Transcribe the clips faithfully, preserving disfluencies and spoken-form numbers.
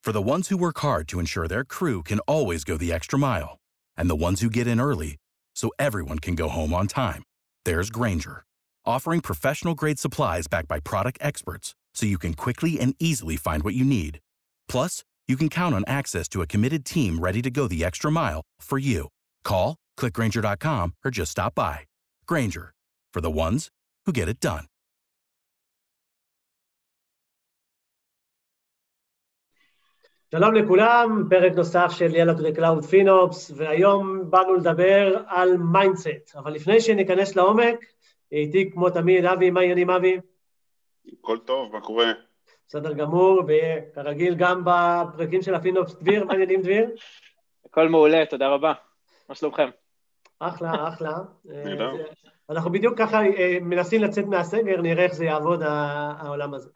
For the ones who work hard to ensure their crew can always go the extra mile, and the ones who get in early so everyone can go home on time, there's Grainger, offering professional-grade supplies backed by product experts so you can quickly and easily find what you need. Plus, you can count on access to a committed team ready to go the extra mile for you. Call, click Grainger dot com, or just stop by. Grainger, for the ones who get it done. שלום לכולם, פרק נוסף של Yellow to the Cloud FinOps, והיום באנו לדבר על מיינדסט. אבל לפני שניכנס לעומק, איתי כמו תמיד, אבי, מה העניינים אבי? כל טוב, מה קורה? בסדר גמור, וכרגיל גם בפרקים של הפינופס, דביר, מה העניינים דביר? הכל מעולה, תודה רבה. מה שלומכם? אחלה, אחלה. נהדר. אנחנו בדיוק ככה מנסים לצאת מהסגר, נראה איך זה יעבוד העולם הזה.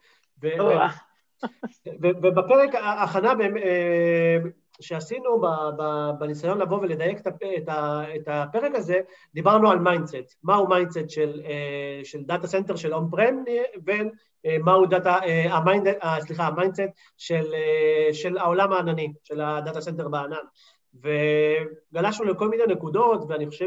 ובפרק ההכנה שעשינו בניסיון לבוא ולדייק את הפרק הזה, דיברנו על מיינדסט. מהו מיינדסט של דאטה סנטר של און פרם, ומהו המיינדסט של העולם הענני, של הדאטה סנטר בענן. וגלשנו לכל מיני נקודות, ואני חושב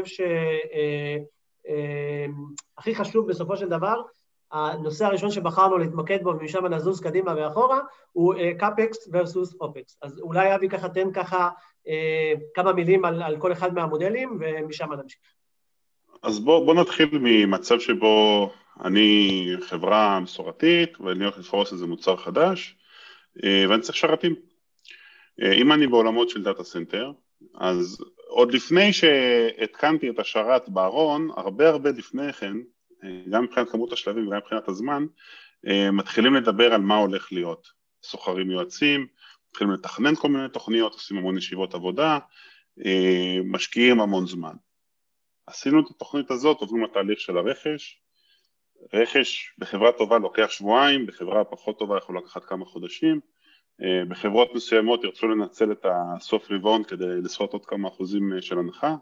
שהכי חשוב בסופו של דבר, הנושא הראשון שבחרנו להתמקד בו, ומשם נזוז קדימה ואחורה, הוא קאפקס versus אופקס. אז אולי אבי ככה תן ככה כמה מילים על, על כל אחד מהמודלים, ומשם נמשיך. אז בוא, בוא נתחיל ממצב שבו אני חברה מסורתית, ואני הולך לפרוס איזה מוצר חדש, ואני צריך שרתים. אם אני בעולמות של דאטה סנטר, אז עוד לפני שהתקנתי את השרת בארון, הרבה הרבה לפני כן, גם מבחינת כמות השלבים וגם מבחינת הזמן, מתחילים לדבר על מה הולך להיות. סוחרים יועצים, מתחילים לתכנן כל מיני תוכניות, עושים המון ישיבות עבודה, משקיעים המון זמן. עשינו את התוכנית הזאת, עוברים לתהליך של הרכש, רכש בחברה טובה לוקח שבועיים, בחברה פחות טובה יכול לקחת כמה חודשים, בחברות מסוימות ירצו לנצל את הסוף רבעון כדי לזכות עוד כמה אחוזים של הנחה,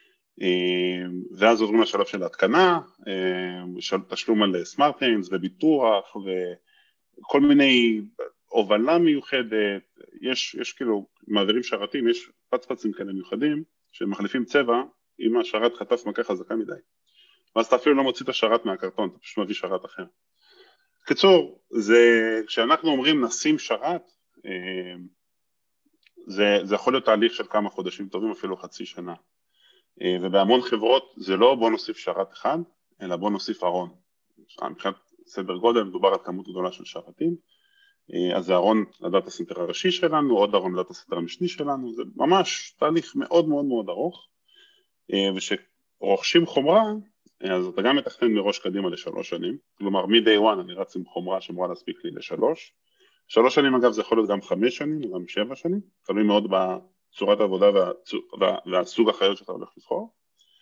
ואז עוברים לשלב של ההתקנה, תשלום על סמארט-איינס וביטוח וכל מיני הובלה מיוחדת, יש, יש כאילו מעבירים שרתים, יש פצפצים כאלה מיוחדים שמחליפים צבע, אם השרת חטף מכה חזקה מדי, ואז אתה אפילו לא מוציא את השרת מהקרטון, אתה פשוט מביא שרת אחר. קיצור, זה, כשאנחנו אומרים נשים שרת, זה, זה יכול להיות תהליך של כמה חודשים טובים, אפילו חצי שנה. ובהמון חברות זה לא בוא נוסיף שרת אחד, אלא בוא נוסיף ארון. מבחינת סדר גודל, מדובר על כמות גדולה של שרתים, אז זה ארון לדאטה סנטר הראשי שלנו, עוד ארון לדאטה סנטר המשני שלנו, זה ממש תהליך מאוד מאוד מאוד ארוך, ושרוכשים חומרה, אז אתה גם מתכנן מראש קדימה לשלוש שנים, כלומר מ-day one אני רץ עם חומרה שאמורה להספיק לי לשלוש, שלוש שנים אגב זה יכול להיות גם חמש שנים, או גם שבע שנים, תלוי מאוד בצורת העבודה וה, והסוג החיות שאתה הולך לבחור,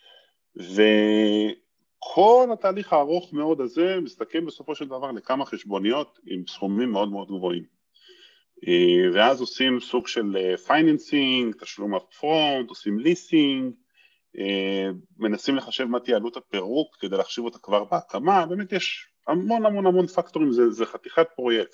וכל התהליך הארוך מאוד הזה מסתכם בסופו של דבר לכמה חשבוניות עם סכומים מאוד מאוד גבוהים, ואז עושים סוג של פייננסינג, תשלום אפפרונט, עושים ליסינג, מנסים לחשב מה תהיה עלות הפירוק כדי להחשיב אותה כבר בהקמה, באמת יש המון המון המון פקטורים, זה, זה חתיכת פרויקט,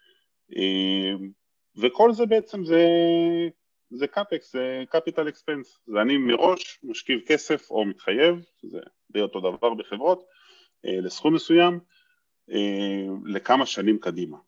וכל זה בעצם זה, זה קאפקס, זה capital expense, זה אני מראש משכיב כסף או מתחייב, זה די אותו דבר בחברות, לסכום מסוים, לכמה שנים קדימה.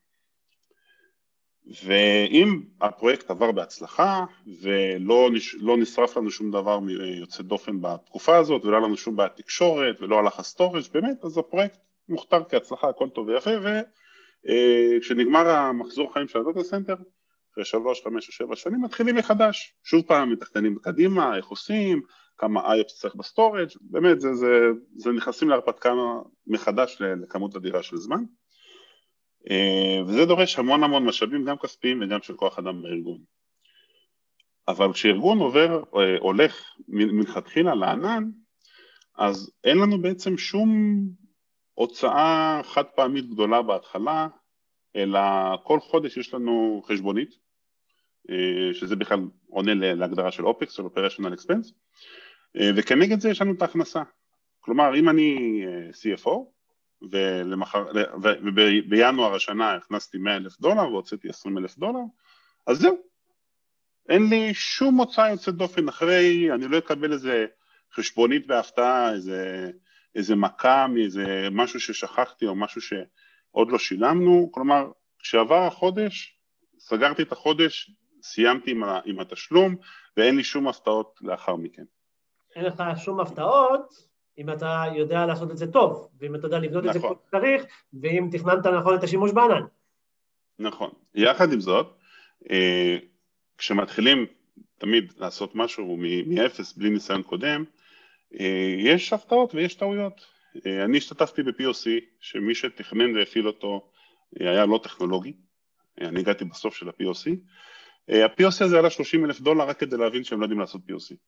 ואם הפרויקט עבר בהצלחה, ולא לא נשרף לנו שום דבר יוצא דופן בתקופה הזאת, ולא לנו שום בעיה תקשורת, ולא הלך הסטורג' באמת, אז הפרויקט מוכתר כהצלחה, הכל טוב ויפה, וכשנגמר המחזור חיים של הדאטה סנטר, אחרי שלוש, חמש או שבע שנים, מתחילים מחדש, שוב פעם מתכננים קדימה, איך עושים, כמה איי אפס צריך בסטורג', באמת זה, זה, זה נכנסים להרפתקה מחדש לכמות אדירה של זמן, וזה דורש המון המון משאבים, גם כספיים וגם של כוח אדם בארגון. אבל כשארגון עובר, הולך מלכתחילה לענן, אז אין לנו בעצם שום הוצאה חד פעמית גדולה בהתחלה, אלא כל חודש יש לנו חשבונית, שזה בכלל עונה להגדרה של אופקס, של Operational Expense, וכנגד זה יש לנו את ההכנסה. כלומר, אם אני סי אף או, ובינואר השנה הכנסתי מאה אלף דולר והוצאתי עשרים אלף דולר, אז זהו, אין לי שום מוצא יוצא דופן אחרי, אני לא אקבל איזה חשבונית בהפתעה, איזה, איזה מכה מאיזה משהו ששכחתי או משהו שעוד לא שילמנו, כלומר, כשעבר החודש, סגרתי את החודש, סיימתי עם, ה, עם התשלום, ואין לי שום הפתעות לאחר מכן. אין לך שום הפתעות, אם אתה יודע לעשות את זה טוב, ואם אתה יודע לבנות נכון. את זה כמו שצריך, ואם תכננת נכון את השימוש בענן. נכון. יחד עם זאת, אה, כשמתחילים תמיד לעשות משהו מאפס בלי ניסיון קודם, יש הפתעות ויש טעויות. אני השתתפתי ב-פי או סי, שמי שתכנן והפעיל אותו היה לא טכנולוגי, אני הגעתי בסוף של ה-פי או סי, ה-פי או סי הזה עלה שלושים אלף דולר רק כדי להבין שהם לא יודעים לעשות פי או סי.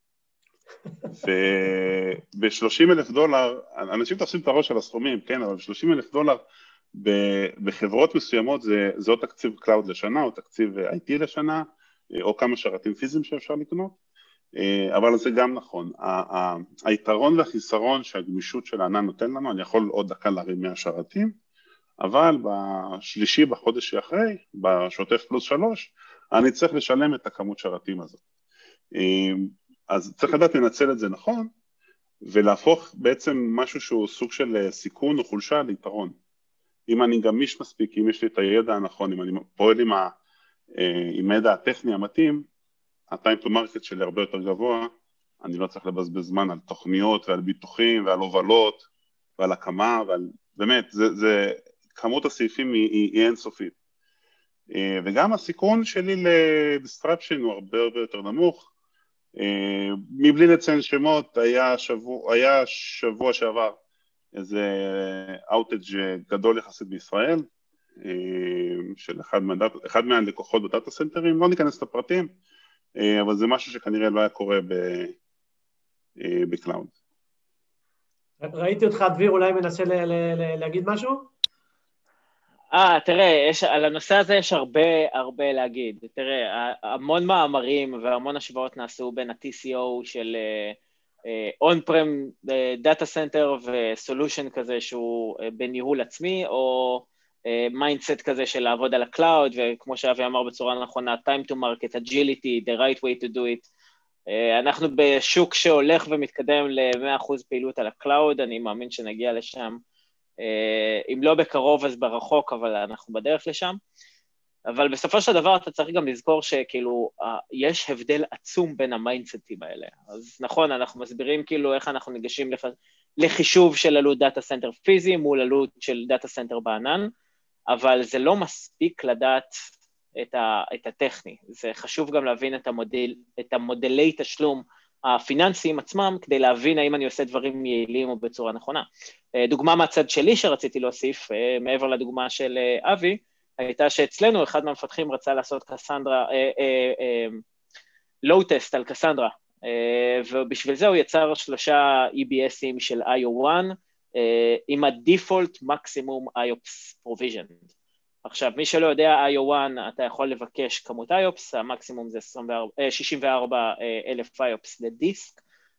וב-שלושים אלף דולר, אנשים תופסים את הראש על הסכומים, כן, אבל שלושים אלף דולר בחברות מסוימות זה, זה או תקציב קלאוד לשנה, או תקציב איי טי לשנה, או כמה שרתים פיזיים שאפשר לקנות, אבל זה גם נכון. היתרון והחיסרון שהגמישות של הענן נותן לנו, אני יכול עוד דקה להרים מאה שרתים, אבל בשלישי בחודש שאחרי, בשוטף פלוס שלוש, אני צריך לשלם את הכמות שרתים הזאת. אז צריך לדעת לנצל את זה נכון, ולהפוך בעצם משהו שהוא סוג של סיכון או חולשה ליתרון. אם אני גמיש מספיק, אם יש לי את הידע הנכון, אם אני פועל עם ה... עם הידע הטכני המתאים, ה-time to market שלי הרבה יותר גבוה, אני לא צריך לבזבז זמן על תוכניות ועל ביטוחים ועל הובלות ועל הקמה, ועל, באמת, זה, זה, כמות הסעיפים היא, היא, היא אינסופית. וגם הסיכון שלי לדיסטרפשן הוא הרבה הרבה יותר נמוך, מבלי לציין שמות, היה שבוע, היה שבוע שעבר איזה outage גדול יחסית בישראל, של אחד, מהדאט, אחד מהלקוחות בדאטה סנטרים, לא ניכנס לפרטים, אבל זה משהו שכנראה לא היה קורה בקלאוד. ראיתי אותך, דביר, אולי מנסה ל- ל- ל- להגיד משהו? אה, תראה, יש, על הנושא הזה יש הרבה הרבה להגיד. תראה, המון מאמרים והמון השוואות נעשו בין ה-טי סי או של on-prem data center ו-solution כזה שהוא בניהול עצמי, או מיינדסט כזה של לעבוד על הקלאוד, וכמו שאבי אמר בצורה נכונה, time to market, agility, the right way to do it. אנחנו בשוק שהולך ומתקדם ל-מאה אחוז פעילות על הקלאוד, אני מאמין שנגיע לשם, אם לא בקרוב אז ברחוק, אבל אנחנו בדרך לשם. אבל בסופו של דבר אתה צריך גם לזכור שכאילו יש הבדל עצום בין המיינדסטים האלה. אז נכון, אנחנו מסבירים כאילו איך אנחנו ניגשים לח... לחישוב של עלות דאטה סנטר פיזי מול עלות של דאטה סנטר בענן, אבל זה לא מספיק לדעת את, ה... את הטכני. זה חשוב גם להבין את, המודל... את המודלי תשלום הפיננסיים עצמם, כדי להבין האם אני עושה דברים יעילים או בצורה נכונה. דוגמה מהצד שלי שרציתי להוסיף, מעבר לדוגמה של אבי, הייתה שאצלנו אחד מהמפתחים רצה לעשות קסנדרה, לואו טסט על קסנדרה, ובשביל זה הוא יצר שלושה אי בי אסים של איי או אחת, עם ה-Default Maximum איי או פי אס Provisioned. עכשיו, מי שלא יודע, איי או אחת, אתה יכול לבקש כמות איי או פי אס, המקסימום זה שישים וארבע אלף איי או פי אס לדיסק,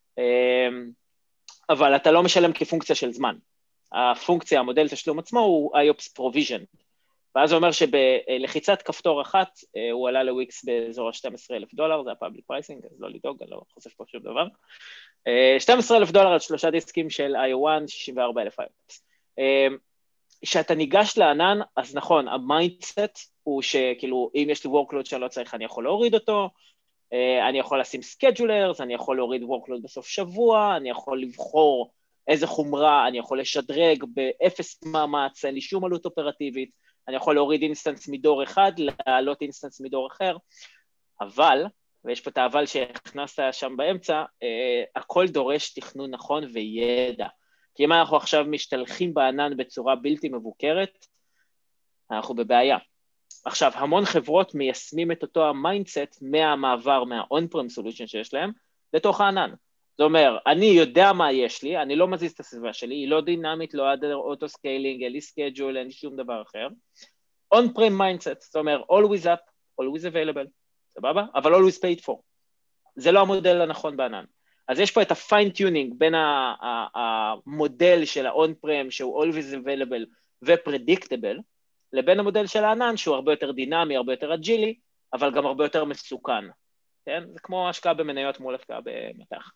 אבל אתה לא משלם כפונקציה של זמן. הפונקציה, המודל תשלום עצמו, הוא איי או פי אס Provisioned. ואז זה אומר שבלחיצת כפתור אחת, הוא עלה לוויקס באזור ה-שנים עשר אלף דולר, זה הפאבליק פרייסינג, אז לא לדאוג, אני לא חושף פה שום דבר. שנים עשר אלף דולר על שלושה דיסקים של איי או אחת, שישים וארבע אלף איי או פי אס. כשאתה ניגש לענן, אז נכון, המיינדסט הוא שכאילו, אם יש לי workload שאני לא צריך, אני יכול להוריד אותו, אני יכול לשים schedulers, אני יכול להוריד workload בסוף שבוע, אני יכול לבחור איזה חומרה, אני יכול לשדרג באפס מאמץ, אין לי שום עלות אופרטיבית, אני יכול להוריד אינסטנס מדור אחד, לעלות אינסטנס מדור אחר, אבל, ויש פה את האבל שהכנסת שם באמצע, הכל דורש תכנון נכון וידע. כי אם אנחנו עכשיו משתלחים בענן בצורה בלתי מבוקרת, אנחנו בבעיה. עכשיו, המון חברות מיישמים את אותו המיינדסט מהמעבר מה-on-prem solution שיש להם, לתוך הענן. זאת אומרת, אני יודע מה יש לי, אני לא מזיז את הסביבה שלי, היא לא דינמית, לא אוטו-סקיילינג, אין לי סקייג'ול, אין לי שום דבר אחר. on-prem mindset, זאת אומרת, always up, always available, סבבה? אבל always paid for. זה לא המודל הנכון בענן. אז יש פה את ה-fine-tuning בין המודל של ה-on-prem, שהוא always available ו-predictable, לבין המודל של הענן, שהוא הרבה יותר דינמי, הרבה יותר אג'ילי, אבל גם הרבה יותר מסוכן. כן? זה כמו השקעה במניות מול השקעה במטח.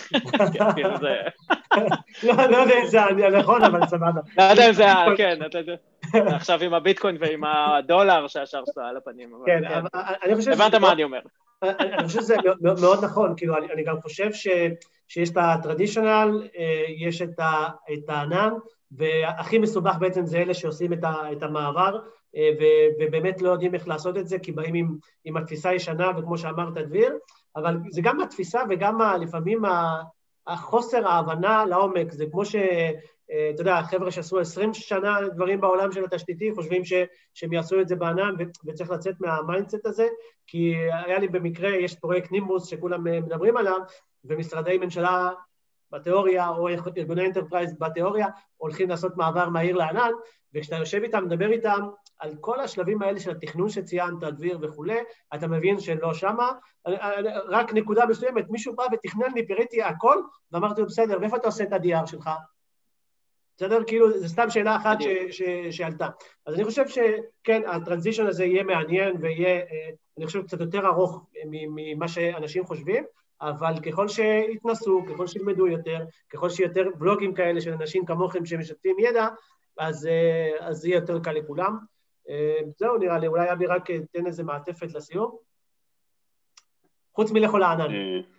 לא יודע אם זה נכון, אבל סבבה. לא יודע אם זה, כן, עכשיו עם הביטקוין ועם הדולר שהשאר שלה על הפנים. כן, אני חושב... הבנת מה אני אומר. אני חושב שזה מאוד נכון, כאילו, אני גם חושב שיש את הטרדישיונל, יש את הענן, והכי מסובך בעצם זה אלה שעושים את המעבר, ובאמת לא יודעים איך לעשות את זה, כי באים עם, עם התפיסה הישנה, וכמו שאמרת דביר, אבל זה גם התפיסה וגם לפעמים החוסר ההבנה לעומק, זה כמו ש, אתה יודע, החבר'ה שעשו עשרים שנה דברים בעולם של התשתיתי, חושבים ש, שהם יעשו את זה בענן, וצריך לצאת מהמיינדסט הזה, כי היה לי במקרה, יש פרויקט נימבוס שכולם מדברים עליו, ומשרדי ממשלה בתיאוריה, או ארגוני אנטרפרייז בתיאוריה, הולכים לעשות מעבר מהיר לענן, וכשאתה יושב איתם, מדבר איתם, על כל השלבים האלה של התכנון שציינת, דביר וכו', אתה מבין שלא שמה, רק נקודה מסוימת, מישהו בא ותכנן לי, פיריתי הכל, ואמרתי לו, בסדר, ואיפה אתה עושה את ה-די אר שלך? בסדר? כאילו, זו סתם שאלה אחת שעלתה. אז אני חושב שכן, הטרנזישן הזה יהיה מעניין, ויהיה, אני חושב, קצת יותר ארוך ממה שאנשים חושבים, אבל ככל שיתנסו, ככל שילמדו יותר, ככל שיותר בלוגים כאלה של אנשים כמוכם שמשתפים ידע, אז זה יהיה יותר קל לכולם. זהו, נראה לי, אולי אבי רק תן איזה מעטפת לסיום. חוץ מלכל הענן.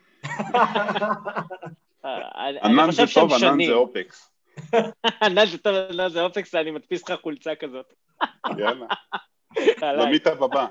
ענן זה טוב, ענן זה אופקס. ענן זה טוב, ענן זה אופקס, אני מדפיס לך חולצה כזאת. יאללה. למיטה בבא.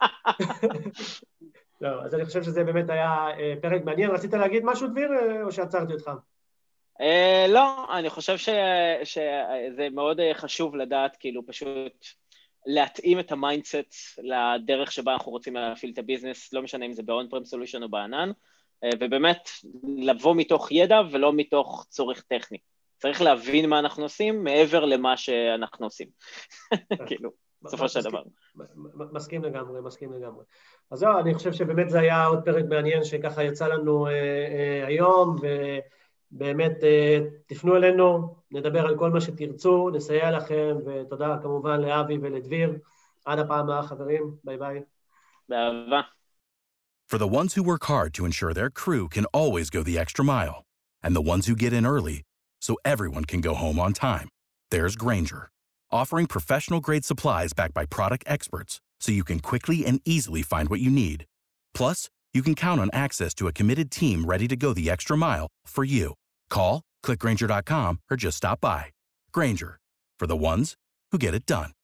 לא, אז אני חושב שזה באמת היה פרק מעניין. רצית להגיד משהו, דביר, או שעצרתי אותך? לא, אני חושב שזה מאוד חשוב לדעת, כאילו פשוט להתאים את המיינדסט לדרך שבה אנחנו רוצים להפעיל את הביזנס, לא משנה אם זה ב-on-prem solution או בענן, ובאמת לבוא מתוך ידע ולא מתוך צורך טכני. צריך להבין מה אנחנו עושים מעבר למה שאנחנו עושים. כאילו, בסופו של דבר. מסכים לגמרי, מסכים לגמרי. אז זהו, אני חושב שבאמת זה היה עוד פרק מעניין שככה יצא לנו היום, ובאמת תפנו אלינו, נדבר על כל מה שתרצו, נסייע לכם, ותודה כמובן לאבי ולדביר. עד הפעם הבאה, חברים. ביי ביי. באהבה. For the ones who work hard to ensure their crew can always go the extra mile, and the ones who get in early so everyone can go home on time, there's Grainger, offering professional-grade supplies backed by product experts so you can quickly and easily find what you need. Plus, you can count on access to a committed team ready to go the extra mile for you. Call, click Grainger dot com, or just stop by. Grainger, for the ones who get it done.